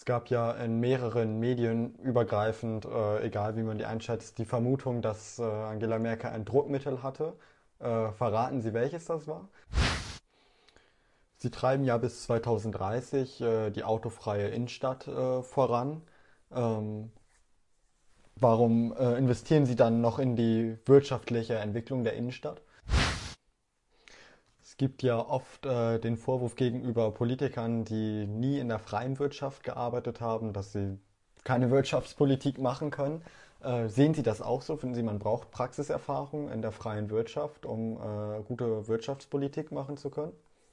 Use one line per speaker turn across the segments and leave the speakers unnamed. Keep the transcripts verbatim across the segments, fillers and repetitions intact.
gab ja in mehreren Medien übergreifend, äh, egal wie man die einschätzt, die Vermutung, dass äh, Angela Merkel ein Druckmittel hatte. Äh, verraten Sie, welches das war? Sie treiben ja bis zweitausenddreißig äh, die autofreie Innenstadt äh, voran. Ähm, Warum äh, investieren Sie dann noch in die wirtschaftliche Entwicklung der Innenstadt? Es gibt ja oft äh, den Vorwurf gegenüber Politikern, die nie in der freien Wirtschaft gearbeitet haben, dass sie keine Wirtschaftspolitik machen können. Äh, sehen Sie das auch so? Finden Sie, man braucht Praxiserfahrung in der freien Wirtschaft, um äh, gute Wirtschaftspolitik machen zu können?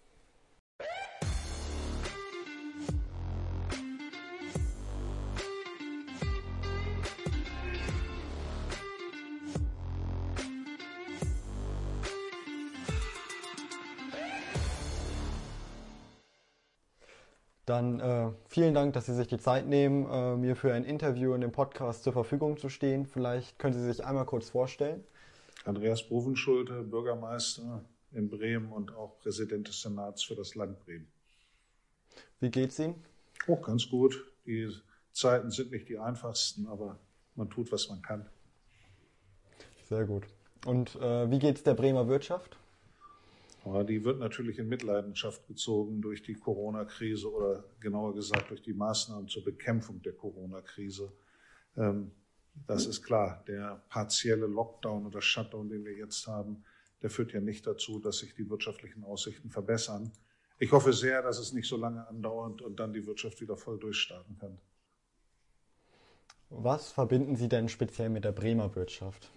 Dann äh, vielen Dank, dass Sie sich die Zeit nehmen, äh, mir für ein Interview in dem Podcast zur Verfügung zu stehen. Vielleicht können Sie sich einmal kurz vorstellen.
Andreas Bovenschulte, Bürgermeister in Bremen und auch Präsident des Senats für das Land Bremen.
Wie geht's Ihnen?
Auch ganz gut. Die Zeiten sind nicht die einfachsten, aber man tut, was man kann.
Sehr gut. Und äh, wie geht's der Bremer Wirtschaft?
Aber die wird natürlich in Mitleidenschaft gezogen durch die Corona-Krise oder genauer gesagt durch die Maßnahmen zur Bekämpfung der Corona-Krise. Ähm, das ist klar. Der partielle Lockdown oder Shutdown, den wir jetzt haben, der führt ja nicht dazu, dass sich die wirtschaftlichen Aussichten verbessern. Ich hoffe sehr, dass es nicht so lange andauert und dann die Wirtschaft wieder voll durchstarten kann.
Was verbinden Sie denn speziell mit der Bremer Wirtschaft?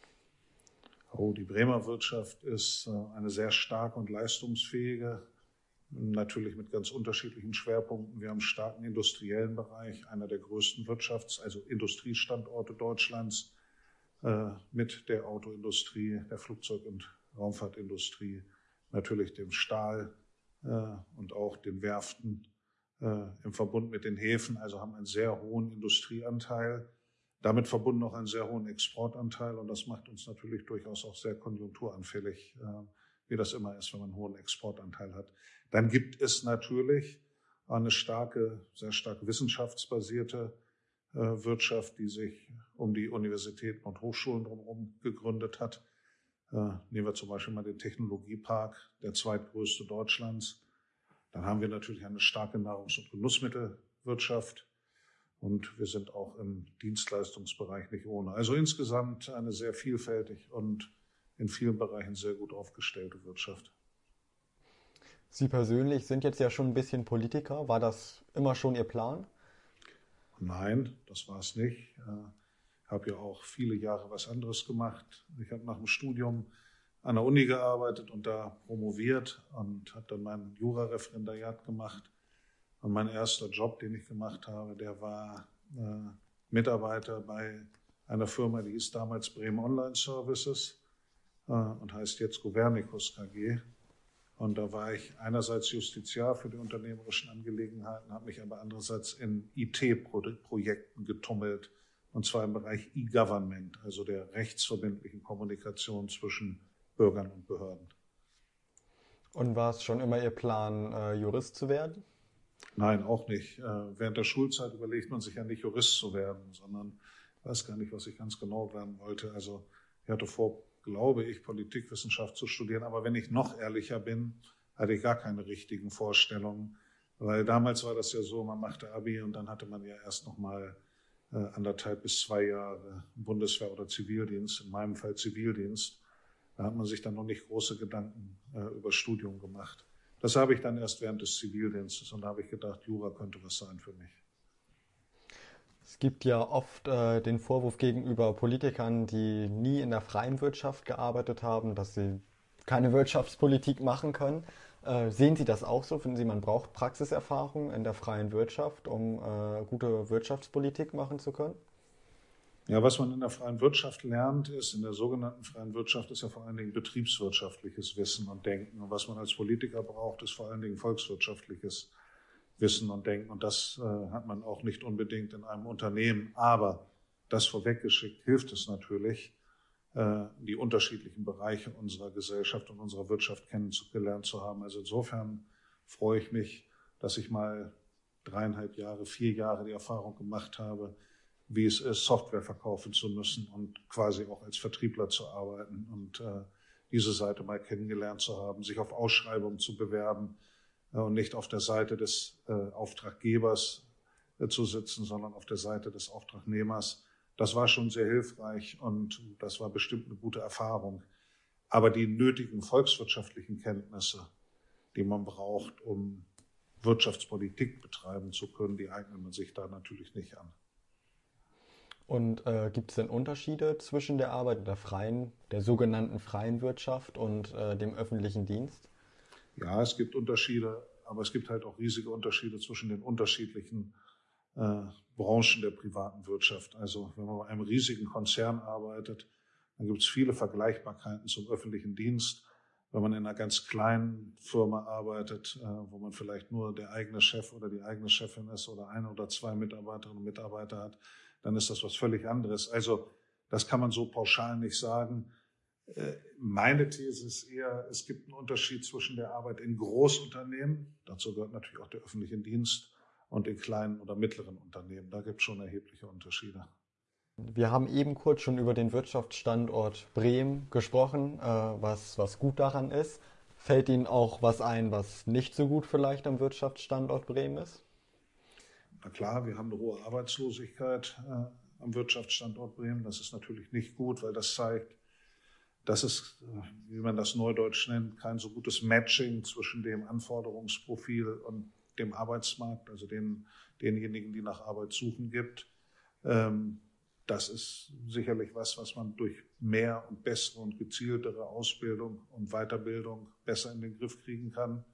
Oh, die Bremer Wirtschaft ist eine sehr starke und leistungsfähige, natürlich mit ganz unterschiedlichen Schwerpunkten. Wir haben einen starken industriellen Bereich, einer der größten Wirtschafts-, also Industriestandorte Deutschlands, äh, mit der Autoindustrie, der Flugzeug- und Raumfahrtindustrie, natürlich dem Stahl äh, und auch den Werften äh, im Verbund mit den Häfen, also haben einen sehr hohen Industrieanteil. Damit verbunden auch einen sehr hohen Exportanteil und das macht uns natürlich durchaus auch sehr konjunkturanfällig, wie das immer ist, wenn man einen hohen Exportanteil hat. Dann gibt es natürlich eine starke, sehr stark wissenschaftsbasierte Wirtschaft, die sich um die Universitäten und Hochschulen drumherum gegründet hat. Nehmen wir zum Beispiel mal den Technologiepark, der zweitgrößte Deutschlands. Dann haben wir natürlich eine starke Nahrungs- und Genussmittelwirtschaft. Und wir sind auch im Dienstleistungsbereich nicht ohne. Also insgesamt eine sehr vielfältig und in vielen Bereichen sehr gut aufgestellte Wirtschaft.
Sie persönlich sind jetzt ja schon ein bisschen Politiker. War das immer schon Ihr Plan?
Nein, das war es nicht. Ich habe ja auch viele Jahre was anderes gemacht. Ich habe nach dem Studium an der Uni gearbeitet und da promoviert und habe dann mein Jura-Referendariat gemacht. Und mein erster Job, den ich gemacht habe, der war äh, Mitarbeiter bei einer Firma, die hieß damals Bremen Online Services äh, und heißt jetzt Governicus K G. Und da war ich einerseits Justiziar für die unternehmerischen Angelegenheiten, habe mich aber andererseits in I T-Projekten getummelt, und zwar im Bereich E-Government, also der rechtsverbindlichen Kommunikation zwischen Bürgern und Behörden.
Und war es schon immer Ihr Plan, äh, Jurist zu werden?
Nein, auch nicht. Während der Schulzeit überlegt man sich ja nicht, Jurist zu werden, sondern ich weiß gar nicht, was ich ganz genau werden wollte. Also ich hatte vor, glaube ich, Politikwissenschaft zu studieren. Aber wenn ich noch ehrlicher bin, hatte ich gar keine richtigen Vorstellungen. Weil damals war das ja so, man machte Abi und dann hatte man ja erst noch mal äh, anderthalb bis zwei Jahre Bundeswehr oder Zivildienst, in meinem Fall Zivildienst. Da hat man sich dann noch nicht große Gedanken äh, über Studium gemacht. Das habe ich dann erst während des Zivildienstes und da habe ich gedacht, Jura könnte was sein für mich.
Es gibt ja oft äh, den Vorwurf gegenüber Politikern, die nie in der freien Wirtschaft gearbeitet haben, dass sie keine Wirtschaftspolitik machen können. Äh, sehen Sie das auch so? Finden Sie, man braucht Praxiserfahrung in der freien Wirtschaft, um äh, gute Wirtschaftspolitik machen zu können?
Ja, was man in der freien Wirtschaft lernt, ist, in der sogenannten freien Wirtschaft ist ja vor allen Dingen betriebswirtschaftliches Wissen und Denken. Und was man als Politiker braucht, ist vor allen Dingen volkswirtschaftliches Wissen und Denken. Und das äh, hat man auch nicht unbedingt in einem Unternehmen. Aber das vorweggeschickt hilft es natürlich, äh, die unterschiedlichen Bereiche unserer Gesellschaft und unserer Wirtschaft kennengelernt zu haben. Also insofern freue ich mich, dass ich mal dreieinhalb Jahre, vier Jahre die Erfahrung gemacht habe, wie es ist, Software verkaufen zu müssen und quasi auch als Vertriebler zu arbeiten und äh, diese Seite mal kennengelernt zu haben, sich auf Ausschreibungen zu bewerben äh, und nicht auf der Seite des äh, Auftraggebers äh, zu sitzen, sondern auf der Seite des Auftragnehmers. Das war schon sehr hilfreich und das war bestimmt eine gute Erfahrung. Aber die nötigen volkswirtschaftlichen Kenntnisse, die man braucht, um Wirtschaftspolitik betreiben zu können, die eignet man sich da natürlich nicht an.
Und äh, gibt es denn Unterschiede zwischen der Arbeit der freien, der sogenannten freien Wirtschaft und äh, dem öffentlichen Dienst?
Ja, es gibt Unterschiede, aber es gibt halt auch riesige Unterschiede zwischen den unterschiedlichen äh, Branchen der privaten Wirtschaft. Also wenn man bei einem riesigen Konzern arbeitet, dann gibt es viele Vergleichbarkeiten zum öffentlichen Dienst. Wenn man in einer ganz kleinen Firma arbeitet, äh, wo man vielleicht nur der eigene Chef oder die eigene Chefin ist oder ein oder zwei Mitarbeiterinnen und Mitarbeiter hat, dann ist das was völlig anderes. Also das kann man so pauschal nicht sagen. Äh, meine These ist eher, es gibt einen Unterschied zwischen der Arbeit in Großunternehmen, dazu gehört natürlich auch der öffentliche Dienst, und in kleinen oder mittleren Unternehmen. Da gibt es schon erhebliche Unterschiede.
Wir haben eben kurz schon über den Wirtschaftsstandort Bremen gesprochen, äh, was, was gut daran ist. Fällt Ihnen auch was ein, was nicht so gut vielleicht am Wirtschaftsstandort Bremen ist?
Na klar, wir haben eine hohe Arbeitslosigkeit äh, am Wirtschaftsstandort Bremen. Das ist natürlich nicht gut, weil das zeigt, dass es, äh, wie man das neudeutsch nennt, kein so gutes Matching zwischen dem Anforderungsprofil und dem Arbeitsmarkt, also den, denjenigen, die nach Arbeit suchen, gibt. Ähm, das ist sicherlich was, was man durch mehr und bessere und gezieltere Ausbildung und Weiterbildung besser in den Griff kriegen kann.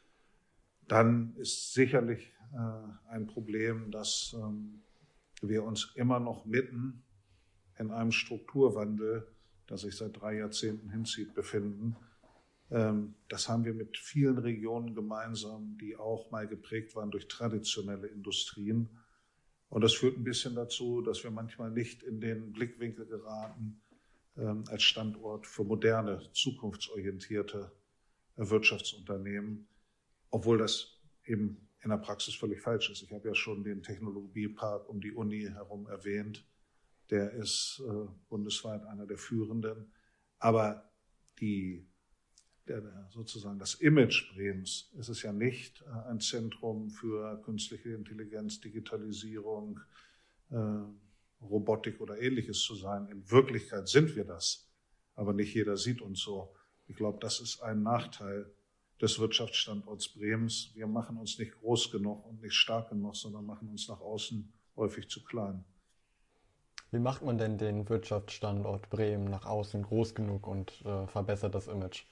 Dann ist sicherlich äh, ein Problem, dass ähm, wir uns immer noch mitten in einem Strukturwandel, das sich seit drei Jahrzehnten hinzieht, befinden. Ähm, das haben wir mit vielen Regionen gemeinsam, die auch mal geprägt waren durch traditionelle Industrien. Und das führt ein bisschen dazu, dass wir manchmal nicht in den Blickwinkel geraten ähm, als Standort für moderne, zukunftsorientierte äh, Wirtschaftsunternehmen, obwohl das eben in der Praxis völlig falsch ist. Ich habe ja schon den Technologiepark um die Uni herum erwähnt. Der ist äh, bundesweit einer der führenden. Aber die, der, sozusagen das Image Bremens ist es ja nicht, äh, ein Zentrum für künstliche Intelligenz, Digitalisierung, äh, Robotik oder Ähnliches zu sein. In Wirklichkeit sind wir das, aber nicht jeder sieht uns so. Ich glaube, das ist ein Nachteil des Wirtschaftsstandorts Bremens. Wir machen uns nicht groß genug und nicht stark genug, sondern machen uns nach außen häufig zu klein.
Wie macht man denn den Wirtschaftsstandort Bremen nach außen groß genug und äh, verbessert das Image?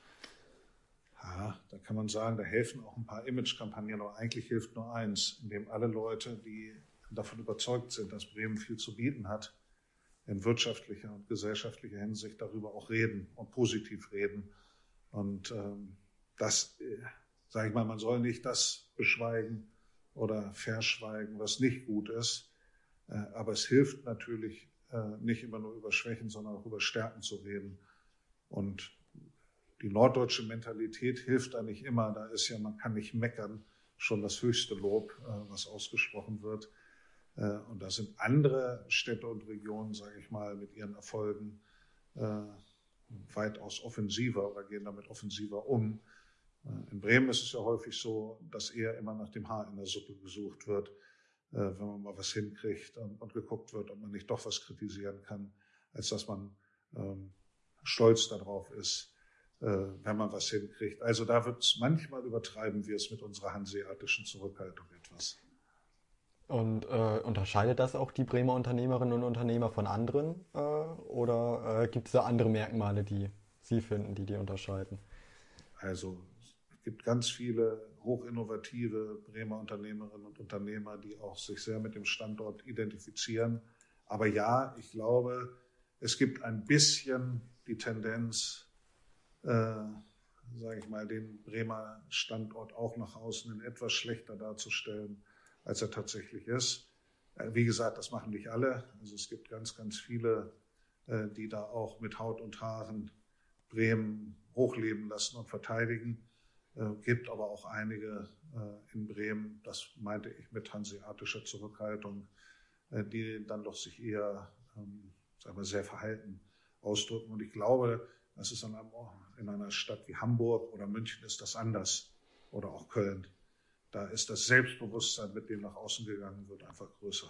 Ja, da kann man sagen, da helfen auch ein paar Imagekampagnen, aber eigentlich hilft nur eins, indem alle Leute, die davon überzeugt sind, dass Bremen viel zu bieten hat, in wirtschaftlicher und gesellschaftlicher Hinsicht darüber auch reden und positiv reden. Und ähm, das, äh, sage ich mal, man soll nicht das beschweigen oder verschweigen, was nicht gut ist. Äh, aber es hilft natürlich, äh, nicht immer nur über Schwächen, sondern auch über Stärken zu reden. Und die norddeutsche Mentalität hilft da nicht immer. Da ist ja, man kann nicht meckern, schon das höchste Lob, äh, was ausgesprochen wird. Äh, und da sind andere Städte und Regionen, sage ich mal, mit ihren Erfolgen äh, weitaus offensiver oder gehen damit offensiver um. In Bremen ist es ja häufig so, dass eher immer nach dem Haar in der Suppe gesucht wird, wenn man mal was hinkriegt und geguckt wird, ob man nicht doch was kritisieren kann, als dass man stolz darauf ist, wenn man was hinkriegt. Also da wird manchmal übertreiben wir es mit unserer hanseatischen Zurückhaltung etwas.
Und äh, unterscheidet das auch die Bremer Unternehmerinnen und Unternehmer von anderen? Äh, oder äh, gibt es da andere Merkmale, die Sie finden, die die unterscheiden?
Also es gibt ganz viele hochinnovative Bremer Unternehmerinnen und Unternehmer, die auch sich sehr mit dem Standort identifizieren. Aber ja, ich glaube, es gibt ein bisschen die Tendenz, äh, sage ich mal, den Bremer Standort auch nach außen in etwas schlechter darzustellen, als er tatsächlich ist. Äh, wie gesagt, das machen nicht alle. Also es gibt ganz, ganz viele, äh, die da auch mit Haut und Haaren Bremen hochleben lassen und verteidigen. Äh, gibt aber auch einige äh, in Bremen, das meinte ich mit hanseatischer Zurückhaltung, äh, die dann doch sich eher ähm, sagen wir, sehr verhalten ausdrücken. Und ich glaube, das ist in, einem, in einer Stadt wie Hamburg oder München ist das anders. Oder auch Köln. Da ist das Selbstbewusstsein, mit dem nach außen gegangen wird, einfach größer.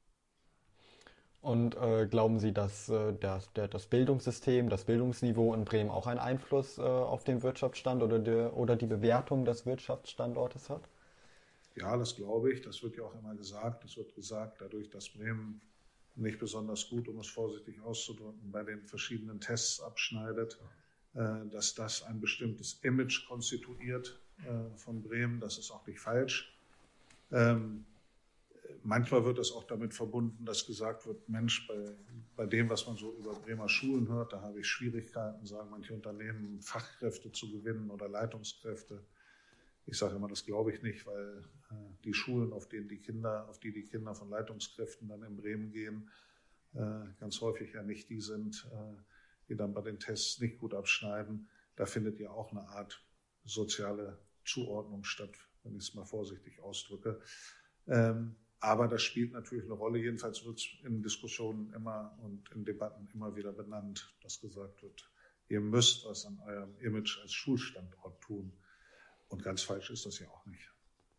Und äh, glauben Sie, dass äh, das, der, das Bildungssystem, das Bildungsniveau in Bremen auch einen Einfluss äh, auf den Wirtschaftsstand oder die, oder die Bewertung des Wirtschaftsstandortes hat?
Ja, das glaube ich. Das wird ja auch immer gesagt. Es wird gesagt, dadurch, dass Bremen nicht besonders gut, um es vorsichtig auszudrücken, bei den verschiedenen Tests abschneidet, äh, dass das ein bestimmtes Image konstituiert äh, von Bremen. Das ist auch nicht falsch. Ähm, Manchmal wird es auch damit verbunden, dass gesagt wird, Mensch, bei, bei dem, was man so über Bremer Schulen hört, da habe ich Schwierigkeiten, sagen manche Unternehmen, Fachkräfte zu gewinnen oder Leitungskräfte. Ich sage immer, das glaube ich nicht, weil äh, die Schulen, auf denen die Kinder, auf die die Kinder von Leitungskräften dann in Bremen gehen, äh, ganz häufig ja nicht die sind, äh, die dann bei den Tests nicht gut abschneiden. Da findet ja auch eine Art soziale Zuordnung statt, wenn ich es mal vorsichtig ausdrücke. Ähm, Aber das spielt natürlich eine Rolle. Jedenfalls wird es in Diskussionen immer und in Debatten immer wieder benannt, dass gesagt wird, ihr müsst was an eurem Image als Schulstandort tun. Und ganz falsch ist das ja auch nicht.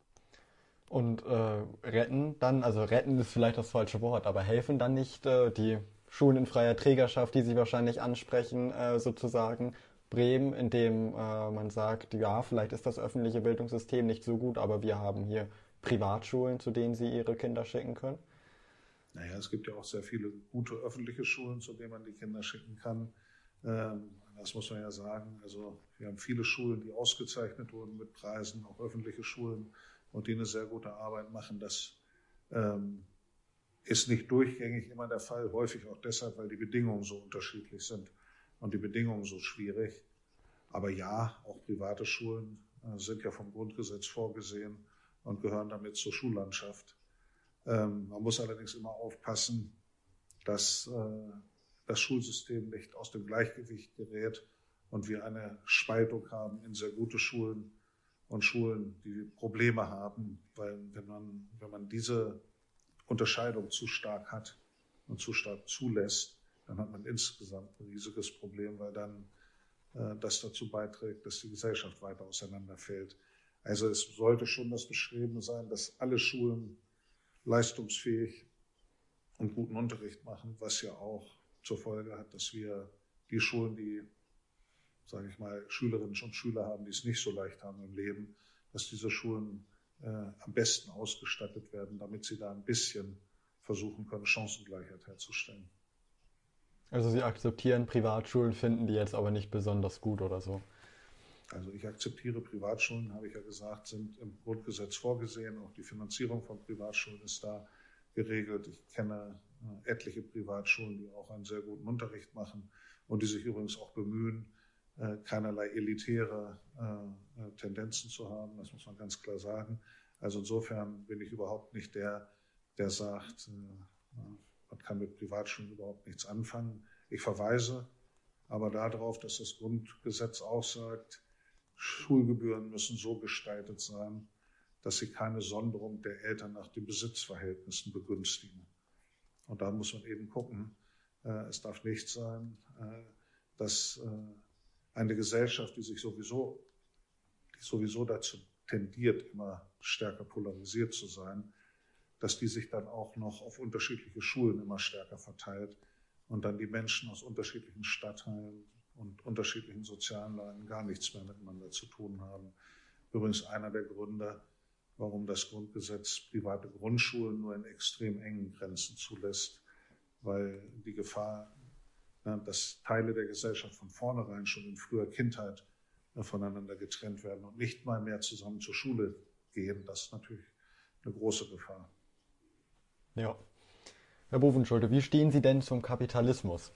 Und äh, retten dann, also retten ist vielleicht das falsche Wort, aber helfen dann nicht äh, die Schulen in freier Trägerschaft, die Sie wahrscheinlich ansprechen, äh, sozusagen Bremen, indem äh, man sagt, ja, vielleicht ist das öffentliche Bildungssystem nicht so gut, aber wir haben hier Privatschulen, zu denen Sie Ihre Kinder schicken können?
Naja, es gibt ja auch sehr viele gute öffentliche Schulen, zu denen man die Kinder schicken kann. Ähm, das muss man ja sagen. Also wir haben viele Schulen, die ausgezeichnet wurden mit Preisen, auch öffentliche Schulen, und die eine sehr gute Arbeit machen. Das ähm, ist nicht durchgängig immer der Fall, häufig auch deshalb, weil die Bedingungen so unterschiedlich sind und die Bedingungen so schwierig. Aber ja, auch private Schulen äh, sind ja vom Grundgesetz vorgesehen und gehören damit zur Schullandschaft. Ähm, man muss allerdings immer aufpassen, dass äh, das Schulsystem nicht aus dem Gleichgewicht gerät und wir eine Spaltung haben in sehr gute Schulen und Schulen, die Probleme haben, weil wenn man, wenn man diese Unterscheidung zu stark hat und zu stark zulässt, dann hat man insgesamt ein riesiges Problem, weil dann äh, das dazu beiträgt, dass die Gesellschaft weiter auseinanderfällt. Also es sollte schon das Bestreben sein, dass alle Schulen leistungsfähig und guten Unterricht machen, was ja auch zur Folge hat, dass wir die Schulen, die, sage ich mal, Schülerinnen und Schüler haben, die es nicht so leicht haben im Leben, dass diese Schulen äh, am besten ausgestattet werden, damit sie da ein bisschen versuchen können, Chancengleichheit herzustellen.
Also Sie akzeptieren Privatschulen, finden die jetzt aber nicht besonders gut oder so.
Also ich akzeptiere Privatschulen, habe ich ja gesagt, sind im Grundgesetz vorgesehen. Auch die Finanzierung von Privatschulen ist da geregelt. Ich kenne äh, etliche Privatschulen, die auch einen sehr guten Unterricht machen und die sich übrigens auch bemühen, äh, keinerlei elitäre äh, Tendenzen zu haben. Das muss man ganz klar sagen. Also insofern bin ich überhaupt nicht der, der sagt, äh, man kann mit Privatschulen überhaupt nichts anfangen. Ich verweise aber darauf, dass das Grundgesetz auch sagt, Schulgebühren müssen so gestaltet sein, dass sie keine Sonderung der Eltern nach den Besitzverhältnissen begünstigen. Und da muss man eben gucken, äh, es darf nicht sein, äh, dass äh, eine Gesellschaft, die sich sowieso, die sowieso dazu tendiert, immer stärker polarisiert zu sein, dass die sich dann auch noch auf unterschiedliche Schulen immer stärker verteilt und dann die Menschen aus unterschiedlichen Stadtteilen und unterschiedlichen sozialen Lagen gar nichts mehr miteinander zu tun haben. Übrigens einer der Gründe, warum das Grundgesetz private Grundschulen nur in extrem engen Grenzen zulässt, weil die Gefahr, dass Teile der Gesellschaft von vornherein schon in früher Kindheit voneinander getrennt werden und nicht mal mehr zusammen zur Schule gehen, das ist natürlich eine große Gefahr.
Ja. Herr Bovenschulte, wie stehen Sie denn zum Kapitalismus?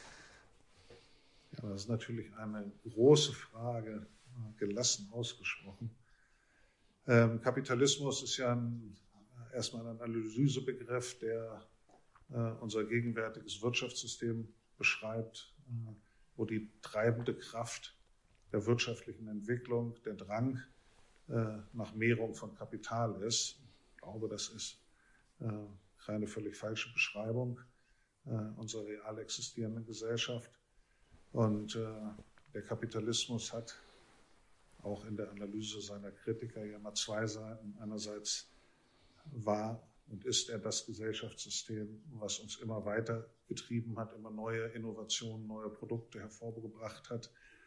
Ja, das ist natürlich eine große Frage, gelassen ausgesprochen. Ähm, Kapitalismus ist ja ein, erstmal ein Analysebegriff, der äh, unser gegenwärtiges Wirtschaftssystem beschreibt, äh, wo die treibende Kraft der wirtschaftlichen Entwicklung der Drang äh, nach Mehrung von Kapital ist. Ich glaube, das ist äh, keine völlig falsche Beschreibung äh, unserer real existierenden Gesellschaft. Und äh, der Kapitalismus hat auch in der Analyse seiner Kritiker ja immer zwei Seiten. Einerseits war und ist er das Gesellschaftssystem, was uns immer weiter getrieben hat, immer neue Innovationen, neue Produkte hervorgebracht hat.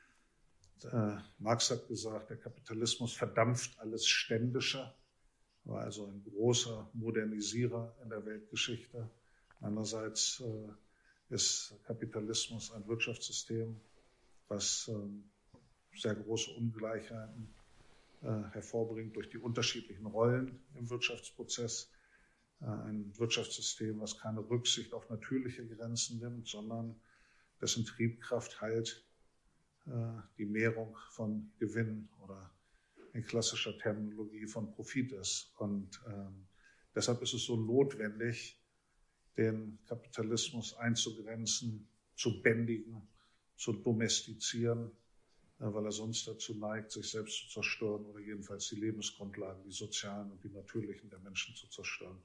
Äh, Marx hat gesagt, der Kapitalismus verdampft alles Ständische, war also ein großer Modernisierer in der Weltgeschichte. Andererseits äh, ist Kapitalismus ein Wirtschaftssystem, was äh, sehr große Ungleichheiten äh, hervorbringt durch die unterschiedlichen Rollen im Wirtschaftsprozess. Äh, ein Wirtschaftssystem, was keine Rücksicht auf natürliche Grenzen nimmt, sondern dessen Triebkraft halt die Mehrung von Gewinn oder in klassischer Terminologie von Profit ist. Und ähm, deshalb ist es so notwendig, den Kapitalismus einzugrenzen, zu bändigen, zu domestizieren, äh, weil er sonst dazu neigt, sich selbst zu zerstören oder jedenfalls die Lebensgrundlagen, die sozialen und die natürlichen der Menschen zu zerstören.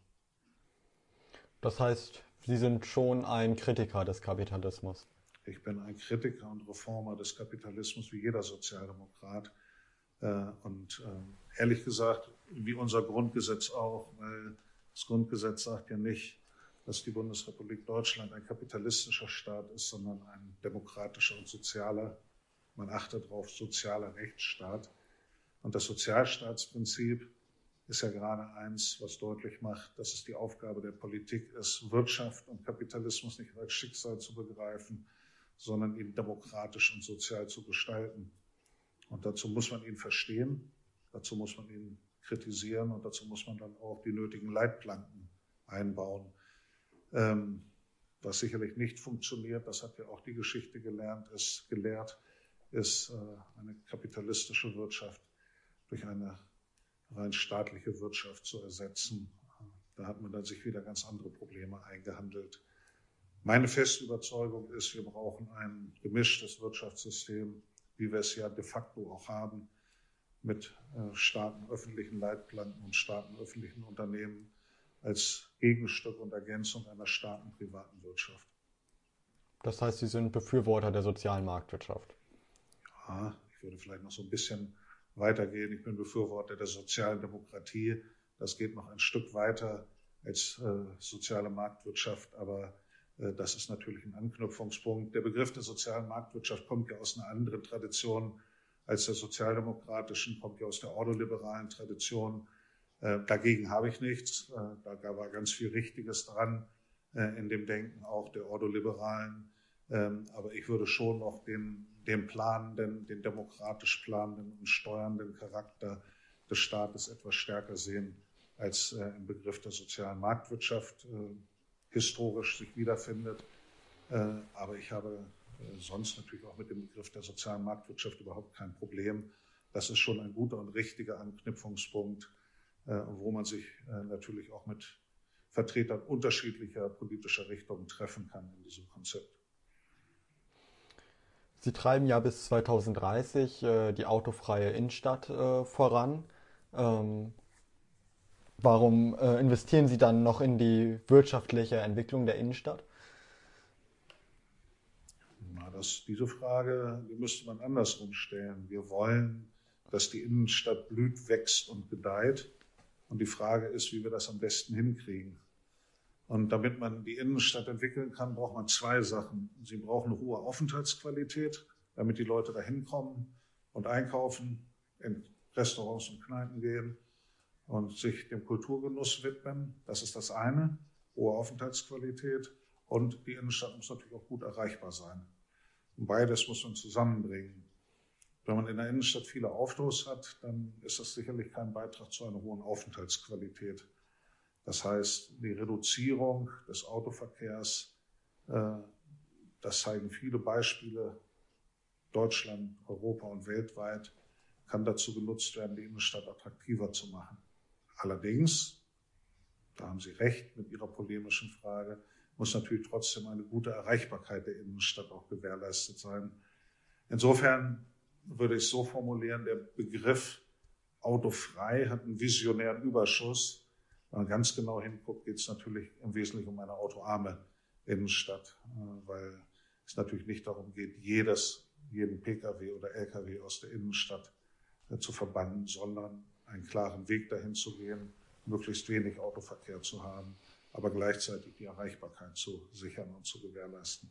Das heißt, Sie sind schon ein Kritiker des Kapitalismus.
Ich bin ein Kritiker und Reformer des Kapitalismus, wie jeder Sozialdemokrat. Und ehrlich gesagt, wie unser Grundgesetz auch, weil das Grundgesetz sagt ja nicht, dass die Bundesrepublik Deutschland ein kapitalistischer Staat ist, sondern ein demokratischer und sozialer, man achtet darauf, sozialer Rechtsstaat. Und das Sozialstaatsprinzip ist ja gerade eins, was deutlich macht, dass es die Aufgabe der Politik ist, Wirtschaft und Kapitalismus nicht als Schicksal zu begreifen, sondern ihn demokratisch und sozial zu gestalten. Und dazu muss man ihn verstehen, dazu muss man ihn kritisieren und dazu muss man dann auch die nötigen Leitplanken einbauen. Ähm, was sicherlich nicht funktioniert, das hat ja auch die Geschichte gelernt, ist, gelehrt, ist äh, eine kapitalistische Wirtschaft durch eine rein staatliche Wirtschaft zu ersetzen. Da hat man dann sich wieder ganz andere Probleme eingehandelt. Meine feste Überzeugung ist, wir brauchen ein gemischtes Wirtschaftssystem, wie wir es ja de facto auch haben, mit äh, starken öffentlichen Leitplanken und starken öffentlichen Unternehmen als Gegenstück und Ergänzung einer starken privaten Wirtschaft.
Das heißt, Sie sind Befürworter der sozialen Marktwirtschaft.
Ja, ich würde vielleicht noch so ein bisschen weitergehen. Ich bin Befürworter der sozialen Demokratie. Das geht noch ein Stück weiter als äh, soziale Marktwirtschaft, aber das ist natürlich ein Anknüpfungspunkt. Der Begriff der sozialen Marktwirtschaft kommt ja aus einer anderen Tradition als der sozialdemokratischen, kommt ja aus der ordoliberalen Tradition. Äh, dagegen habe ich nichts. Äh, da war ganz viel Richtiges dran äh, in dem Denken auch der ordoliberalen. Ähm, aber ich würde schon noch den, den planenden, den demokratisch planenden und steuernden Charakter des Staates etwas stärker sehen als äh, im Begriff der sozialen Marktwirtschaft. Äh, historisch sich wiederfindet. Aber ich habe sonst natürlich auch mit dem Begriff der sozialen Marktwirtschaft überhaupt kein Problem. Das ist schon ein guter und richtiger Anknüpfungspunkt, wo man sich natürlich auch mit Vertretern unterschiedlicher politischer Richtungen treffen kann in diesem Konzept.
Sie treiben ja bis zweitausenddreißig die autofreie Innenstadt voran. Ähm, Warum äh, investieren Sie dann noch in die wirtschaftliche Entwicklung der Innenstadt?
Na, das, diese Frage, die müsste man andersrum stellen. Wir wollen, dass die Innenstadt blüht, wächst und gedeiht. Und die Frage ist, wie wir das am besten hinkriegen. Und damit man die Innenstadt entwickeln kann, braucht man zwei Sachen. Sie brauchen eine hohe Aufenthaltsqualität, damit die Leute da hinkommen und einkaufen, in Restaurants und Kneipen gehen und sich dem Kulturgenuss widmen. Das ist das eine, hohe Aufenthaltsqualität. Und die Innenstadt muss natürlich auch gut erreichbar sein. Und beides muss man zusammenbringen. Wenn man in der Innenstadt viele Autos hat, dann ist das sicherlich kein Beitrag zu einer hohen Aufenthaltsqualität. Das heißt, die Reduzierung des Autoverkehrs, das zeigen viele Beispiele, Deutschland, Europa und weltweit, kann dazu genutzt werden, die Innenstadt attraktiver zu machen. Allerdings, da haben Sie recht mit Ihrer polemischen Frage, muss natürlich trotzdem eine gute Erreichbarkeit der Innenstadt auch gewährleistet sein. Insofern würde ich so formulieren, der Begriff autofrei hat einen visionären Überschuss. Wenn man ganz genau hinguckt, geht es natürlich im Wesentlichen um eine autoarme Innenstadt, weil es natürlich nicht darum geht, jedes, jeden Pkw oder Lkw aus der Innenstadt zu verbannen, sondern einen klaren Weg dahin zu gehen, möglichst wenig Autoverkehr zu haben, aber gleichzeitig die Erreichbarkeit zu sichern und zu gewährleisten.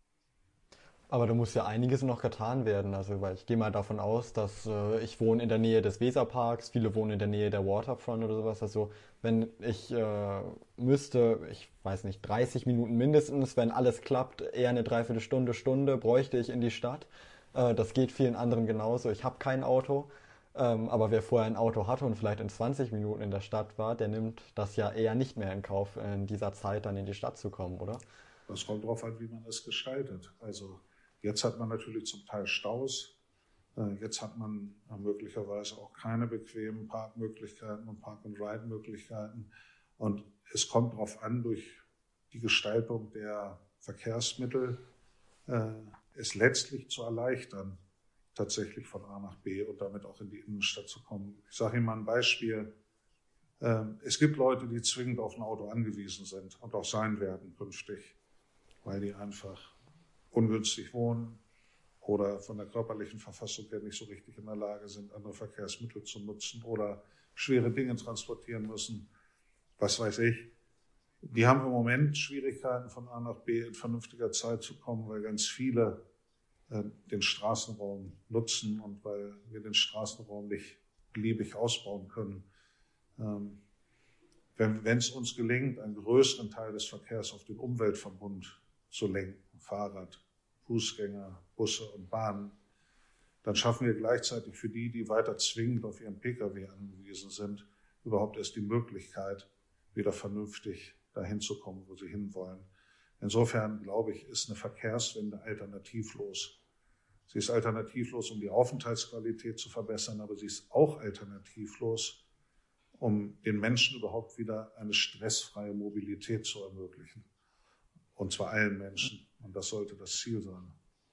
Aber da muss ja einiges noch getan werden. Also, weil ich gehe mal davon aus, dass äh, ich wohne in der Nähe des Weserparks, viele wohnen in der Nähe der Waterfront oder sowas. Also, wenn ich äh, müsste, ich weiß nicht, dreißig Minuten mindestens, wenn alles klappt, eher eine Dreiviertelstunde, Stunde bräuchte ich in die Stadt. Äh, das geht vielen anderen genauso. Ich habe kein Auto. Ähm, aber wer vorher ein Auto hatte und vielleicht in zwanzig Minuten in der Stadt war, der nimmt das ja eher nicht mehr in Kauf, in dieser Zeit dann in die Stadt zu kommen, oder?
Das kommt darauf an, wie man es gestaltet. Also jetzt hat man natürlich zum Teil Staus. Jetzt hat man möglicherweise auch keine bequemen Parkmöglichkeiten und Park-and-Ride-Möglichkeiten. Und es kommt darauf an, durch die Gestaltung der Verkehrsmittel äh, es letztlich zu erleichtern, tatsächlich von A nach B und damit auch in die Innenstadt zu kommen. Ich sage Ihnen mal ein Beispiel. Äh, es gibt Leute, die zwingend auf ein Auto angewiesen sind und auch sein werden künftig, weil die einfach ungünstig wohnen oder von der körperlichen Verfassung her nicht so richtig in der Lage sind, andere Verkehrsmittel zu nutzen oder schwere Dinge transportieren müssen, was weiß ich. Die haben im Moment Schwierigkeiten, von A nach B in vernünftiger Zeit zu kommen, weil ganz viele äh, den Straßenraum nutzen und weil wir den Straßenraum nicht beliebig ausbauen können. Ähm, wenn es uns gelingt, einen größeren Teil des Verkehrs auf den Umweltverbund zu lenken, Fahrrad, Fußgänger, Busse und Bahnen, dann schaffen wir gleichzeitig für die, die weiter zwingend auf ihren Pkw angewiesen sind, überhaupt erst die Möglichkeit, wieder vernünftig dahin zu kommen, wo sie hinwollen. Insofern, glaube ich, ist eine Verkehrswende alternativlos. Sie ist alternativlos, um die Aufenthaltsqualität zu verbessern, aber sie ist auch alternativlos, um den Menschen überhaupt wieder eine stressfreie Mobilität zu ermöglichen. Und zwar allen Menschen. Und das sollte das Ziel sein.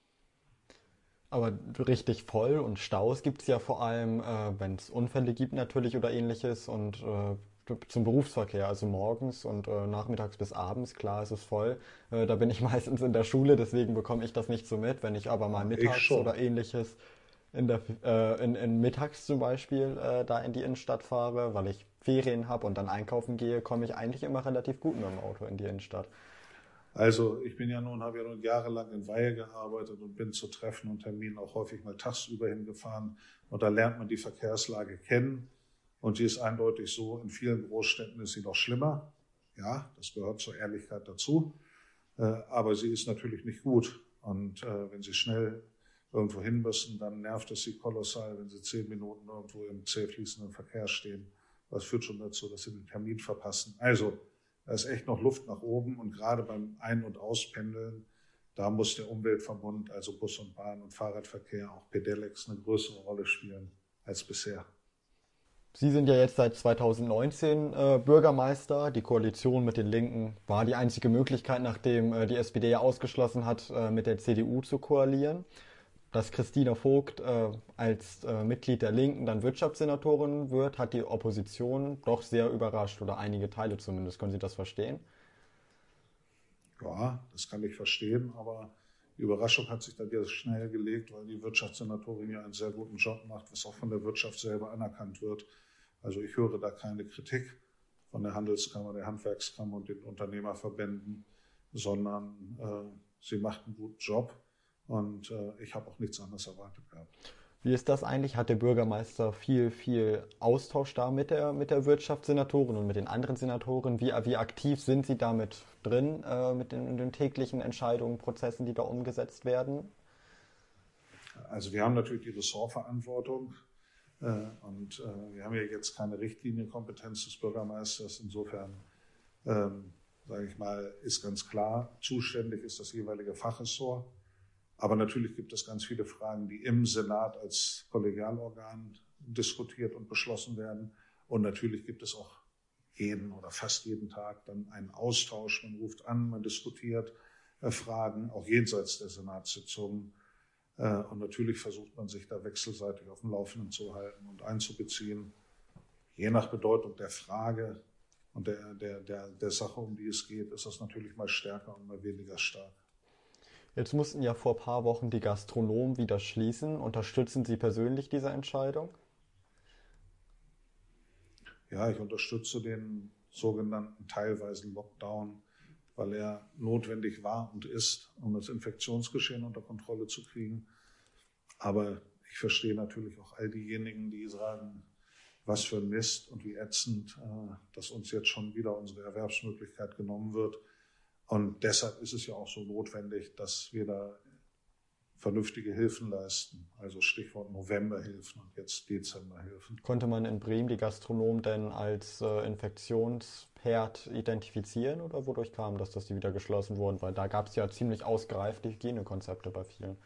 Aber richtig voll und Staus gibt es ja vor allem, äh, wenn es Unfälle gibt natürlich oder ähnliches und äh, zum Berufsverkehr, also morgens und äh, nachmittags bis abends, klar ist es voll. Äh, da bin ich meistens in der Schule, deswegen bekomme ich das nicht so mit. Wenn ich aber mal
Ja, ich
mittags
schon.
oder ähnliches in der äh, in, in mittags zum Beispiel äh, da in die Innenstadt fahre, weil ich Ferien habe und dann einkaufen gehe, komme ich eigentlich immer relativ gut mit dem Auto in die Innenstadt.
Also ich bin ja nun, habe ja nun jahrelang in Weihe gearbeitet und bin zu Treffen und Terminen auch häufig mal tagsüber hingefahren. Und da lernt man die Verkehrslage kennen. Und die ist eindeutig so, in vielen Großstädten ist sie noch schlimmer. Ja, das gehört zur Ehrlichkeit dazu. Äh, aber sie ist natürlich nicht gut. Und äh, wenn Sie schnell irgendwo hin müssen, dann nervt es Sie kolossal, wenn Sie zehn Minuten irgendwo im zäh fließenden Verkehr stehen. Das führt schon dazu, dass Sie den Termin verpassen. Also, da ist echt noch Luft nach oben und gerade beim Ein- und Auspendeln, da muss der Umweltverbund, also Bus und Bahn und Fahrradverkehr, auch Pedelecs, eine größere Rolle spielen als bisher.
Sie sind ja jetzt seit zweitausendneunzehn äh, Bürgermeister. Die Koalition mit den Linken war die einzige Möglichkeit, nachdem äh, die S P D ja ausgeschlossen hat, äh, mit der C D U zu koalieren. Dass Christina Vogt äh, als äh, Mitglied der Linken dann Wirtschaftssenatorin wird, hat die Opposition doch sehr überrascht oder einige Teile zumindest. Können Sie das verstehen?
Ja, das kann ich verstehen, aber die Überraschung hat sich dann ja schnell gelegt, weil die Wirtschaftssenatorin ja einen sehr guten Job macht, was auch von der Wirtschaft selber anerkannt wird. Also ich höre da keine Kritik von der Handelskammer, der Handwerkskammer und den Unternehmerverbänden, sondern äh, sie macht einen guten Job und äh, ich habe auch nichts anderes erwartet gehabt.
Wie ist das eigentlich? Hat der Bürgermeister viel, viel Austausch da mit der, mit der Wirtschaftssenatorin und mit den anderen Senatoren? Wie, wie aktiv sind Sie damit drin, äh, mit den, den täglichen Entscheidungen, Prozessen, die da umgesetzt werden?
Also wir haben natürlich die Ressortverantwortung äh, und äh, wir haben ja jetzt keine Richtlinienkompetenz des Bürgermeisters. Insofern, ähm, sage ich mal, ist ganz klar, zuständig ist das jeweilige Fachressort. Aber natürlich gibt es ganz viele Fragen, die im Senat als Kollegialorgan diskutiert und beschlossen werden. Und natürlich gibt es auch jeden oder fast jeden Tag dann einen Austausch. Man ruft an, man diskutiert äh, Fragen, auch jenseits der Senatssitzungen. Und natürlich versucht man sich da wechselseitig auf dem Laufenden zu halten und einzubeziehen. Je nach Bedeutung der Frage und der, der, der, der Sache, um die es geht, ist das natürlich mal stärker und mal weniger stark.
Jetzt mussten ja vor ein paar Wochen die Gastronomen wieder schließen. Unterstützen Sie persönlich diese Entscheidung?
Ja, ich unterstütze den sogenannten teilweisen Lockdown, weil er notwendig war und ist, um das Infektionsgeschehen unter Kontrolle zu kriegen. Aber ich verstehe natürlich auch all diejenigen, die sagen, was für ein Mist und wie ätzend, dass uns jetzt schon wieder unsere Erwerbsmöglichkeit genommen wird. Und deshalb ist es ja auch so notwendig, dass wir da vernünftige Hilfen leisten. Also Stichwort Novemberhilfen und jetzt Dezemberhilfen.
Konnte man in Bremen die Gastronomen denn als äh, Infektionsherd identifizieren oder wodurch kam das, dass die wieder geschlossen wurden? Weil da gab es ja ziemlich ausgereifte Hygienekonzepte bei vielen.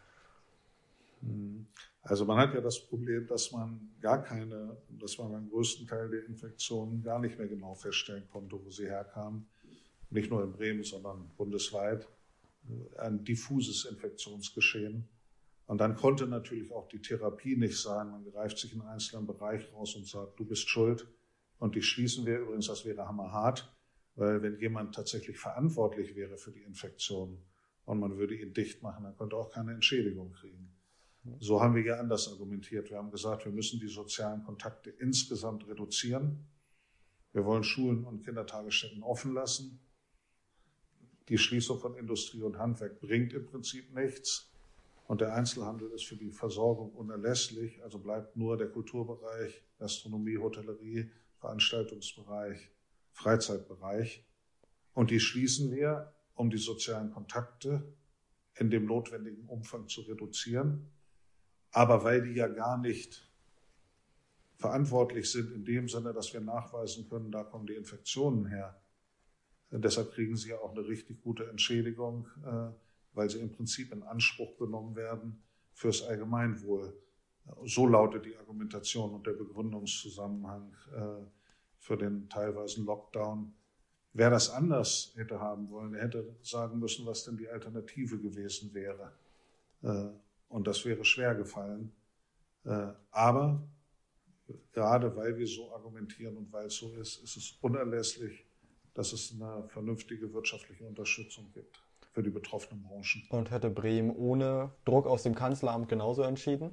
Also man hat ja das Problem, dass man gar keine, dass man beim größten Teil der Infektionen gar nicht mehr genau feststellen konnte, wo sie herkamen. Nicht nur in Bremen, sondern bundesweit. Ein diffuses Infektionsgeschehen. Und dann konnte natürlich auch die Therapie nicht sein. Man greift sich in einen einzelnen Bereich raus und sagt, du bist schuld. Und die schließen wir übrigens, das wäre hammerhart, weil wenn jemand tatsächlich verantwortlich wäre für die Infektion und man würde ihn dicht machen, dann könnte er auch keine Entschädigung kriegen. So haben wir ja anders argumentiert. Wir haben gesagt, wir müssen die sozialen Kontakte insgesamt reduzieren. Wir wollen Schulen und Kindertagesstätten offen lassen. Die Schließung von Industrie und Handwerk bringt im Prinzip nichts. Und der Einzelhandel ist für die Versorgung unerlässlich. Also bleibt nur der Kulturbereich, Gastronomie, Hotellerie, Veranstaltungsbereich, Freizeitbereich. Und die schließen wir, um die sozialen Kontakte in dem notwendigen Umfang zu reduzieren. Aber weil die ja gar nicht verantwortlich sind in dem Sinne, dass wir nachweisen können, da kommen die Infektionen her. Deshalb kriegen sie ja auch eine richtig gute Entschädigung, weil sie im Prinzip in Anspruch genommen werden fürs Allgemeinwohl. So lautet die Argumentation und der Begründungszusammenhang für den teilweisen Lockdown. Wer das anders hätte haben wollen, der hätte sagen müssen, was denn die Alternative gewesen wäre. Und das wäre schwer gefallen. Aber gerade weil wir so argumentieren und weil es so ist, ist es unerlässlich, dass es eine vernünftige wirtschaftliche Unterstützung gibt für die betroffenen Branchen.
Und hätte Bremen ohne Druck aus dem Kanzleramt genauso entschieden?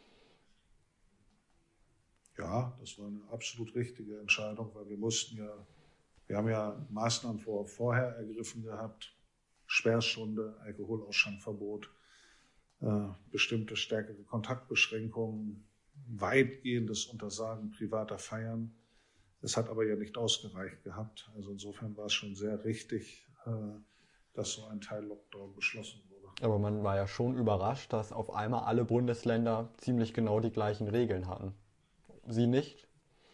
Ja, das war eine absolut richtige Entscheidung, weil wir mussten ja, wir haben ja Maßnahmen vor, vorher ergriffen gehabt, Sperrstunde, Alkoholausschankverbot, äh, bestimmte stärkere Kontaktbeschränkungen, weitgehendes Untersagen privater Feiern. Es hat aber ja nicht ausgereicht gehabt. Also insofern war es schon sehr richtig, dass so ein Teil Lockdown beschlossen wurde.
Aber man war ja schon überrascht, dass auf einmal alle Bundesländer ziemlich genau die gleichen Regeln hatten. Sie nicht?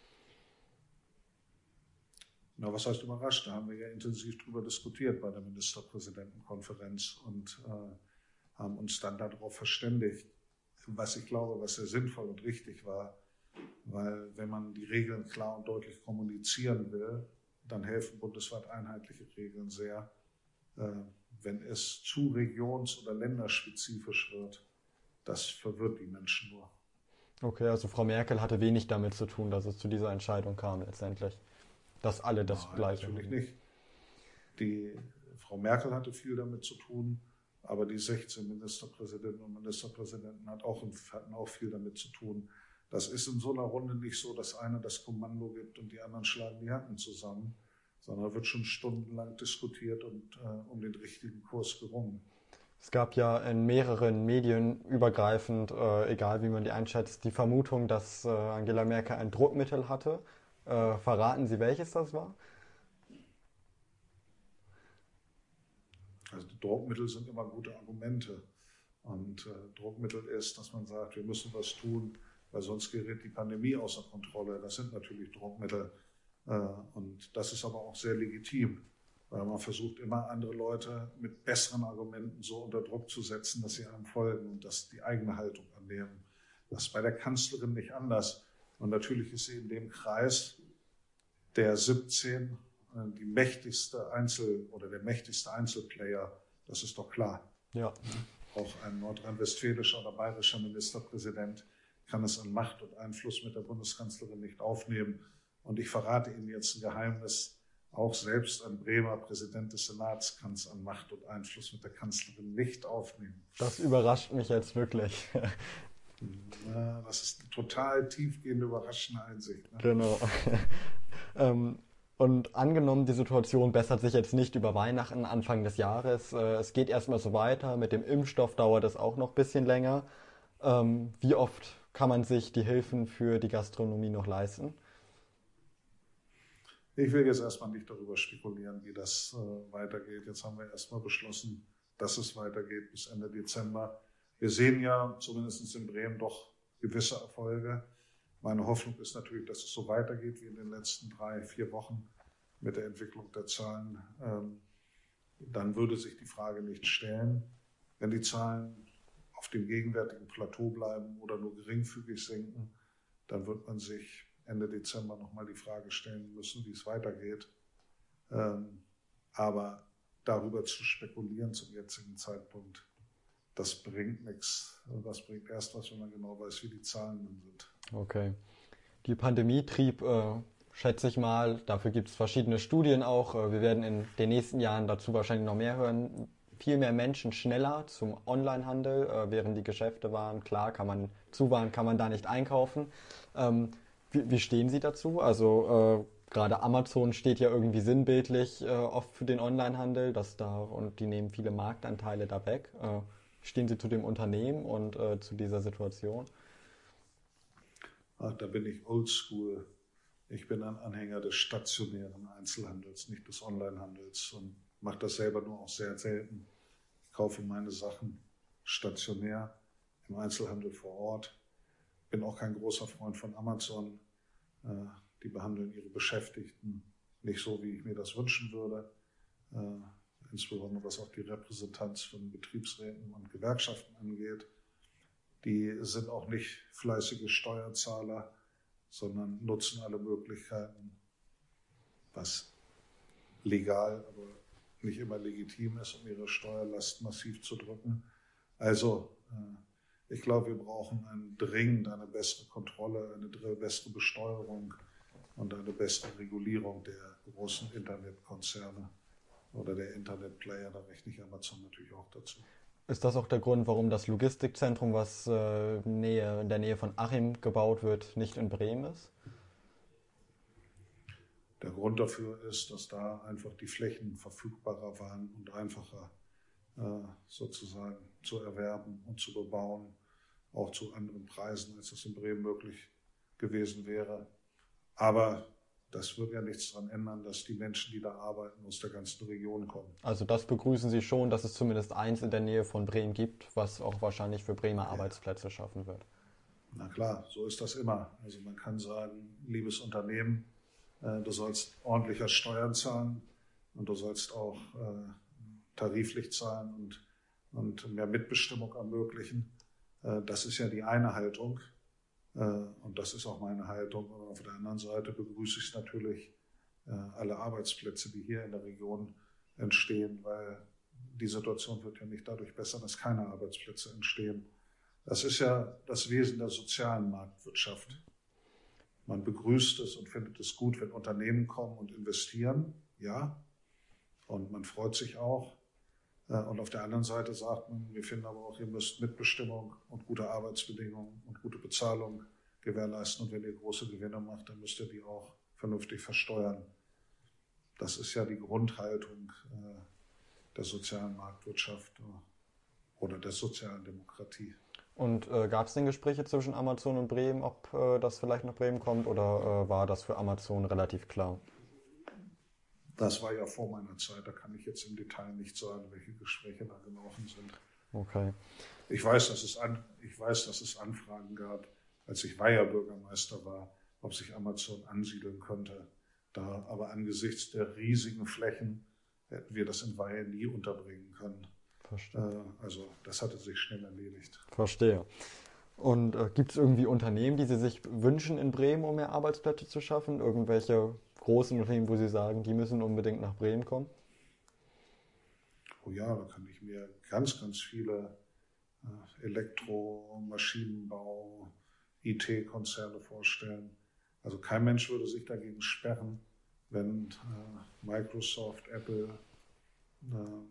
Na, was heißt überrascht? Da haben wir ja intensiv drüber diskutiert bei der Ministerpräsidentenkonferenz und äh, haben uns dann darauf verständigt, was ich glaube, was sehr sinnvoll und richtig war. Weil wenn man die Regeln klar und deutlich kommunizieren will, dann helfen bundesweit einheitliche Regeln sehr. Wenn es zu regions- oder länderspezifisch wird, das verwirrt die Menschen nur.
Okay, also Frau Merkel hatte wenig damit zu tun, dass es zu dieser Entscheidung kam letztendlich. Dass alle das
Nein,
Gleiche
natürlich
haben.
nicht. Die Frau Merkel hatte viel damit zu tun, aber die sechzehn Ministerpräsidenten und Ministerpräsidenten hat auch, hatten auch viel damit zu tun. Das ist in so einer Runde nicht so, dass einer das Kommando gibt und die anderen schlagen die Hacken zusammen, sondern wird schon stundenlang diskutiert und äh, um den richtigen Kurs gerungen.
Es gab ja in mehreren Medien übergreifend, äh, egal wie man die einschätzt, die Vermutung, dass äh, Angela Merkel ein Druckmittel hatte. Äh, verraten Sie, welches das war?
Also die Druckmittel sind immer gute Argumente. Und äh, Druckmittel ist, dass man sagt, wir müssen was tun, weil sonst gerät die Pandemie außer Kontrolle. Das sind natürlich Druckmittel. Äh, und das ist aber auch sehr legitim, weil man versucht immer andere Leute mit besseren Argumenten so unter Druck zu setzen, dass sie einem folgen und dass die eigene Haltung annehmen. Das ist bei der Kanzlerin nicht anders. Und natürlich ist sie in dem Kreis der siebzehn äh, die mächtigste Einzel- oder der mächtigste Einzelplayer. Das ist doch klar.
Ja.
Auch ein nordrhein-westfälischer oder bayerischer Ministerpräsident kann es an Macht und Einfluss mit der Bundeskanzlerin nicht aufnehmen. Und ich verrate Ihnen jetzt ein Geheimnis. Auch selbst ein Bremer Präsident des Senats kann es an Macht und Einfluss mit der Kanzlerin nicht aufnehmen.
Das überrascht mich jetzt wirklich.
Na, das ist eine total tiefgehende, überraschende Einsicht. Ne?
Genau. ähm, und angenommen, die Situation bessert sich jetzt nicht über Weihnachten, Anfang des Jahres. Äh, es geht erstmal so weiter. Mit dem Impfstoff dauert es auch noch ein bisschen länger. Ähm, wie oft kann man sich die Hilfen für die Gastronomie noch leisten?
Ich will jetzt erstmal nicht darüber spekulieren, wie das äh, weitergeht. Jetzt haben wir erstmal beschlossen, dass es weitergeht bis Ende Dezember. Wir sehen ja zumindest in Bremen doch gewisse Erfolge. Meine Hoffnung ist natürlich, dass es so weitergeht wie in den letzten drei, vier Wochen mit der Entwicklung der Zahlen. Ähm, dann würde sich die Frage nicht stellen. Wenn die Zahlen auf dem gegenwärtigen Plateau bleiben oder nur geringfügig sinken, dann wird man sich Ende Dezember nochmal die Frage stellen müssen, wie es weitergeht. Ähm, aber darüber zu spekulieren zum jetzigen Zeitpunkt, das bringt nichts. Das bringt erst was, wenn man genau weiß, wie die Zahlen dann sind.
Okay. Die Pandemie trieb, äh, schätze ich mal, dafür gibt es verschiedene Studien auch. Äh, wir werden in den nächsten Jahren dazu wahrscheinlich noch mehr hören. Viel mehr Menschen schneller zum Onlinehandel, äh, während die Geschäfte waren. Klar, kann man zu waren, kann man da nicht einkaufen. Ähm, wie, wie stehen Sie dazu? Also äh, gerade Amazon steht ja irgendwie sinnbildlich äh, oft für den Onlinehandel, dass da und die nehmen viele Marktanteile da weg. Äh, stehen Sie zu dem Unternehmen und äh, zu dieser Situation?
Ach, da bin ich oldschool. Ich bin ein Anhänger des stationären Einzelhandels, nicht des Onlinehandels und mache das selber nur auch sehr selten. Ich kaufe meine Sachen stationär im Einzelhandel vor Ort. Bin auch kein großer Freund von Amazon. Die behandeln ihre Beschäftigten nicht so, wie ich mir das wünschen würde. Insbesondere was auch die Repräsentanz von Betriebsräten und Gewerkschaften angeht. Die sind auch nicht fleißige Steuerzahler, sondern nutzen alle Möglichkeiten, was legal, aber nicht immer legitim ist, um ihre Steuerlast massiv zu drücken. Also ich glaube, wir brauchen ein, dringend eine bessere Kontrolle, eine bessere Besteuerung und eine bessere Regulierung der großen Internetkonzerne oder der Internetplayer. Da rechne ich Amazon natürlich auch dazu.
Ist das auch der Grund, warum das Logistikzentrum, was äh, Nähe, in der Nähe von Achim gebaut wird, nicht in Bremen ist?
Der Grund dafür ist, dass da einfach die Flächen verfügbarer waren und einfacher äh, sozusagen zu erwerben und zu bebauen, auch zu anderen Preisen, als es in Bremen möglich gewesen wäre. Aber das wird ja nichts daran ändern, dass die Menschen, die da arbeiten, aus der ganzen Region kommen.
Also das begrüßen Sie schon, dass es zumindest eins in der Nähe von Bremen gibt, was auch wahrscheinlich für Bremer ja. Arbeitsplätze schaffen wird.
Na klar, so ist das immer. Also man kann sagen, liebes Unternehmen, äh, du sollst ordentlicher Steuern zahlen und du sollst auch äh, tariflich zahlen und, und mehr Mitbestimmung ermöglichen. Äh, das ist ja die eine Haltung. Und das ist auch meine Haltung. Und auf der anderen Seite begrüße ich natürlich alle Arbeitsplätze, die hier in der Region entstehen, weil die Situation wird ja nicht dadurch besser, dass keine Arbeitsplätze entstehen. Das ist ja das Wesen der sozialen Marktwirtschaft. Man begrüßt es und findet es gut, wenn Unternehmen kommen und investieren, ja. Und man freut sich auch. Und auf der anderen Seite sagt man, wir finden aber auch, ihr müsst Mitbestimmung und gute Arbeitsbedingungen und gute Bezahlung gewährleisten. Und wenn ihr große Gewinne macht, dann müsst ihr die auch vernünftig versteuern. Das ist ja die Grundhaltung der sozialen Marktwirtschaft oder der sozialen Demokratie.
Und äh, gab es denn Gespräche zwischen Amazon und Bremen, ob äh, das vielleicht nach Bremen kommt, oder äh, war das für Amazon relativ klar?
Das war ja vor meiner Zeit, da kann ich jetzt im Detail nicht sagen, welche Gespräche da gelaufen sind.
Okay.
Ich weiß, dass es, an, ich weiß, dass es Anfragen gab, als ich Weiher Bürgermeister war, ob sich Amazon ansiedeln könnte. Da aber angesichts der riesigen Flächen hätten wir das in Weihe nie unterbringen können.
Verstehe.
Äh, also das hatte sich schnell erledigt.
Verstehe. Und äh, gibt es irgendwie Unternehmen, die Sie sich wünschen in Bremen, um mehr Arbeitsplätze zu schaffen? Irgendwelche großen Unternehmen, wo Sie sagen, die müssen unbedingt nach Bremen kommen?
Oh ja, da kann ich mir ganz, ganz viele Elektro-, Maschinenbau, I T-Konzerne vorstellen. Also kein Mensch würde sich dagegen sperren, wenn äh, Microsoft, Apple, äh,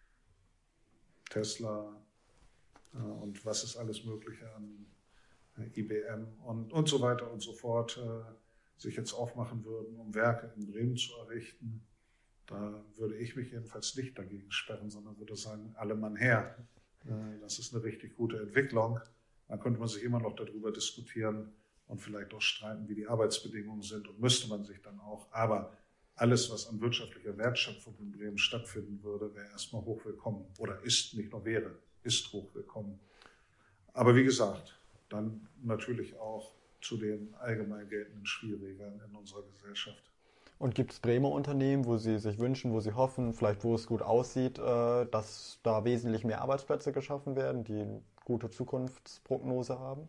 Tesla äh, und was ist alles Mögliche an äh, I B M und, und so weiter und so fort äh, sich jetzt aufmachen würden, um Werke in Bremen zu errichten. Da würde ich mich jedenfalls nicht dagegen sperren, sondern würde sagen, alle Mann her. Äh, das ist eine richtig gute Entwicklung. Dann könnte man sich immer noch darüber diskutieren und vielleicht auch streiten, wie die Arbeitsbedingungen sind, und müsste man sich dann auch. Aber alles, was an wirtschaftlicher Wertschöpfung in Bremen stattfinden würde, wäre erstmal hochwillkommen. Oder ist, nicht nur wäre, ist hochwillkommen. Aber wie gesagt, dann natürlich auch zu den allgemein geltenden Spielregeln in unserer Gesellschaft.
Und gibt es Bremer Unternehmen, wo Sie sich wünschen, wo Sie hoffen, vielleicht wo es gut aussieht, äh, dass da wesentlich mehr Arbeitsplätze geschaffen werden, die eine gute Zukunftsprognose haben?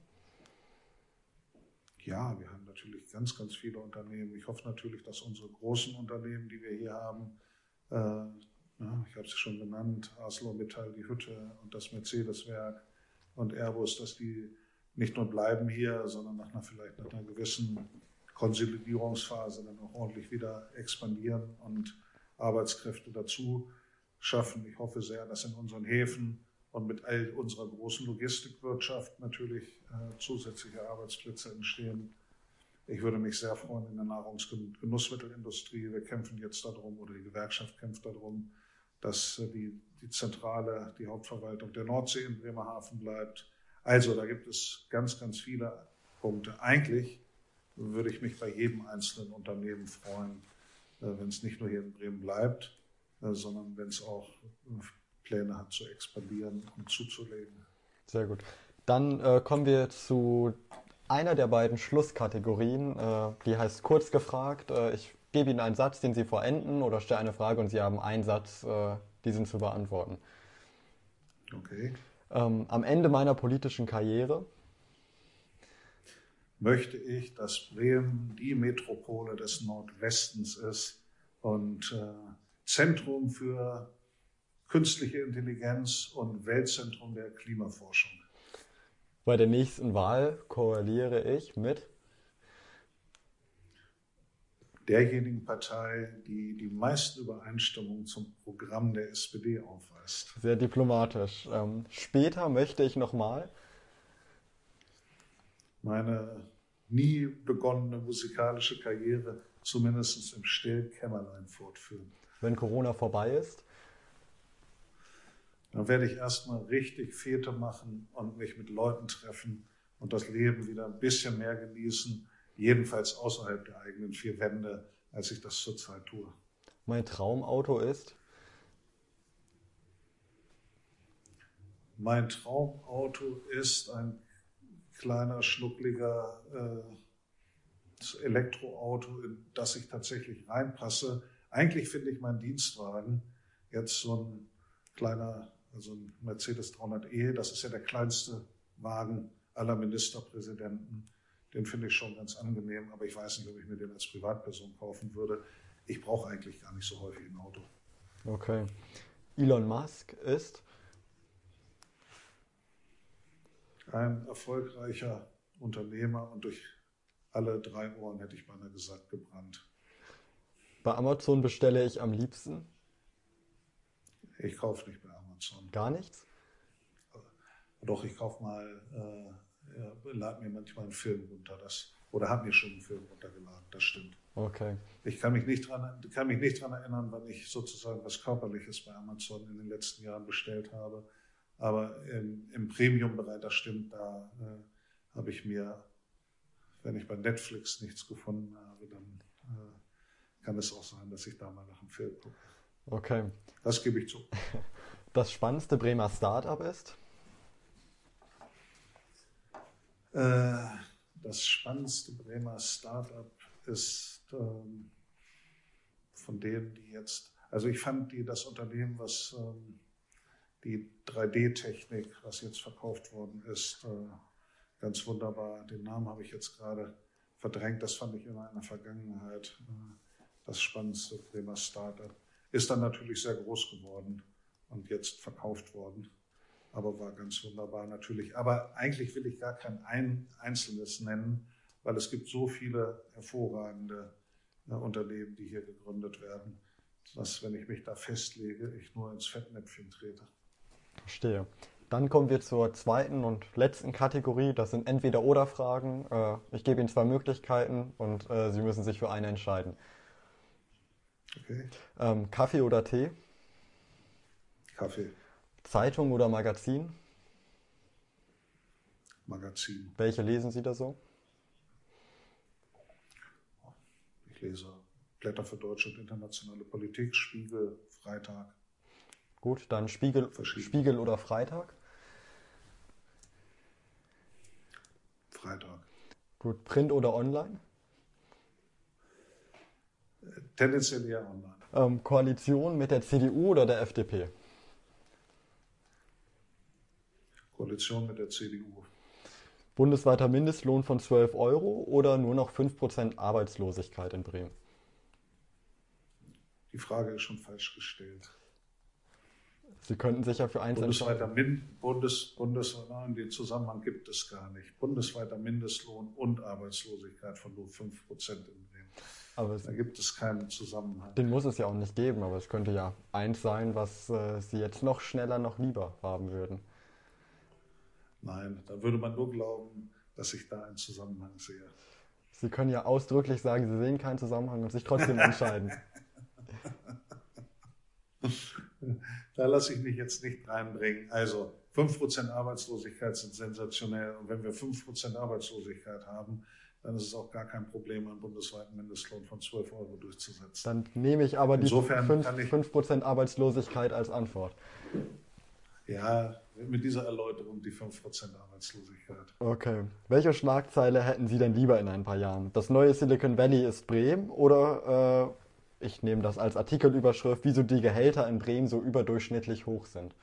Ja, wir haben natürlich ganz, ganz viele Unternehmen. Ich hoffe natürlich, dass unsere großen Unternehmen, die wir hier haben, äh, ja, ich habe sie schon genannt, ArcelorMittal, die Hütte und das Mercedes-Werk und Airbus, dass die nicht nur bleiben hier, sondern nach einer, vielleicht nach einer gewissen Konsolidierungsphase dann auch ordentlich wieder expandieren und Arbeitskräfte dazu schaffen. Ich hoffe sehr, dass in unseren Häfen und mit all unserer großen Logistikwirtschaft natürlich äh, zusätzliche Arbeitsplätze entstehen. Ich würde mich sehr freuen in der Nahrungsgenussmittelindustrie. Wir kämpfen jetzt darum, oder die Gewerkschaft kämpft darum, dass äh, die, die Zentrale, die Hauptverwaltung der Nordsee in Bremerhaven bleibt. Also da gibt es ganz, ganz viele Punkte. Eigentlich würde ich mich bei jedem einzelnen Unternehmen freuen, äh, wenn es nicht nur hier in Bremen bleibt, äh, sondern wenn es auch äh, Pläne hat zu expandieren und zuzulegen.
Sehr gut. Dann äh, kommen wir zu einer der beiden Schlusskategorien, äh, die heißt kurz gefragt. Äh, ich gebe Ihnen einen Satz, den Sie vollenden, oder stelle eine Frage und Sie haben einen Satz, äh, diesen zu beantworten.
Okay.
Ähm, am Ende meiner politischen Karriere
möchte ich, dass Bremen die Metropole des Nordwestens ist und äh, Zentrum für künstliche Intelligenz und Weltzentrum der Klimaforschung.
Bei der nächsten Wahl koaliere ich mit
derjenigen Partei, die die meisten Übereinstimmungen zum Programm der S P D aufweist.
Sehr diplomatisch. Ähm, später möchte ich nochmal
meine nie begonnene musikalische Karriere zumindest im stillen Kämmerlein fortführen.
Wenn Corona vorbei ist?
Dann werde ich erstmal richtig Fete machen und mich mit Leuten treffen und das Leben wieder ein bisschen mehr genießen, jedenfalls außerhalb der eigenen vier Wände, als ich das zurzeit tue.
Mein Traumauto ist?
Mein Traumauto ist ein kleiner, schnuckliger äh, Elektroauto, in das ich tatsächlich reinpasse. Eigentlich finde ich meinen Dienstwagen jetzt so ein kleiner, also ein Mercedes dreihundert E, das ist ja der kleinste Wagen aller Ministerpräsidenten. Den finde ich schon ganz angenehm, aber ich weiß nicht, ob ich mir den als Privatperson kaufen würde. Ich brauche eigentlich gar nicht so häufig ein Auto.
Okay. Elon Musk ist?
Ein erfolgreicher Unternehmer und durch alle drei Ohren, hätte ich beinahe gesagt, gebrannt.
Bei Amazon bestelle ich am liebsten?
Ich kaufe nicht bei Amazon.
Gar nichts?
Doch, ich kaufe mal, äh, ja, lade mir manchmal einen Film runter, das, oder habe mir schon einen Film runtergeladen, das stimmt.
Okay.
Ich kann mich nicht dran, kann mich nicht dran erinnern, wann ich sozusagen was Körperliches bei Amazon in den letzten Jahren bestellt habe. Aber im, im Premium-Bereich, das stimmt, da äh, habe ich mir, wenn ich bei Netflix nichts gefunden habe, dann äh, kann es auch sein, dass ich da mal nach einem Film gucke.
Okay.
Das gebe ich zu.
Das spannendste Bremer Startup ist?
Äh, das spannendste Bremer Startup ist ähm, von denen, die jetzt, also ich fand die, das Unternehmen, was ähm, die drei D-Technik, was jetzt verkauft worden ist, äh, ganz wunderbar. Den Namen habe ich jetzt gerade verdrängt, das fand ich in einer Vergangenheit äh, das spannendste Bremer Startup. Ist dann natürlich sehr groß geworden und jetzt verkauft worden. aber war ganz wunderbar natürlich. Aber eigentlich will ich gar kein ein einzelnes nennen, weil es gibt so viele hervorragende äh, Unternehmen, die hier gegründet werden, dass, wenn ich mich da festlege, ich nur ins Fettnäpfchen trete.
Verstehe. Dann kommen wir zur zweiten und letzten Kategorie. Das sind Entweder-Oder-Fragen. Äh, ich gebe Ihnen zwei Möglichkeiten und äh, Sie müssen sich für eine entscheiden.
Okay?
Ähm, Kaffee oder Tee?
Kaffee,
Zeitung oder Magazin?
Magazin.
Welche lesen Sie da so?
Ich lese Blätter für deutsche und internationale Politik, Spiegel, Freitag,
Gut, dann Spiegel,
verschieden.
Spiegel oder Freitag?
Freitag.
Gut, Print oder Online?
Tendenziell eher online.
Ähm, Koalition mit der C D U oder der F D P?
Koalition mit der C D U.
Bundesweiter Mindestlohn von zwölf Euro oder nur noch fünf Prozent Arbeitslosigkeit in Bremen?
Die Frage ist schon falsch gestellt.
Sie könnten sich ja für eins
Bundesweiter
entscheiden.
Min Bundes, Bundes, nein, den Zusammenhang gibt es gar nicht. Bundesweiter Mindestlohn und Arbeitslosigkeit von nur fünf Prozent in Bremen.
Aber es,
Da gibt es keinen Zusammenhang.
den muss es ja auch nicht geben, aber es könnte ja eins sein, was äh, Sie jetzt noch schneller, noch lieber haben würden.
Nein, da würde man nur glauben, dass ich da einen Zusammenhang sehe.
Sie können ja ausdrücklich sagen, Sie sehen keinen Zusammenhang und sich trotzdem entscheiden.
Da lasse ich mich jetzt nicht reinbringen. Also fünf Prozent Arbeitslosigkeit sind sensationell. Und wenn wir fünf Prozent Arbeitslosigkeit haben, dann ist es auch gar kein Problem, einen bundesweiten Mindestlohn von zwölf Euro durchzusetzen.
Dann nehme ich aber die
Insofern
fünf
kann ich-
fünf Prozent Arbeitslosigkeit als Antwort.
Ja, mit dieser Erläuterung die fünf Prozent Arbeitslosigkeit.
Okay. Welche Schlagzeile hätten Sie denn lieber in ein paar Jahren? Das neue Silicon Valley ist Bremen oder äh, ich nehme das als Artikelüberschrift, wieso die Gehälter in Bremen so überdurchschnittlich hoch sind?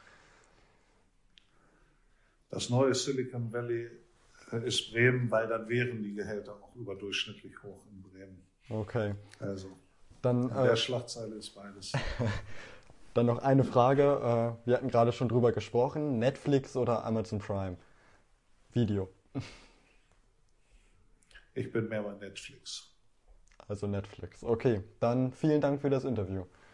Das neue Silicon Valley äh, ist Bremen, weil dann wären die Gehälter auch überdurchschnittlich hoch in Bremen.
Okay.
Also
Dann,
in der
äh,
Schlagzeile ist beides.
dann noch eine Frage. Äh, wir hatten gerade schon drüber gesprochen. Netflix oder Amazon Prime? Video.
Ich bin mehr bei Netflix.
Also Netflix. Okay, dann vielen Dank für das Interview.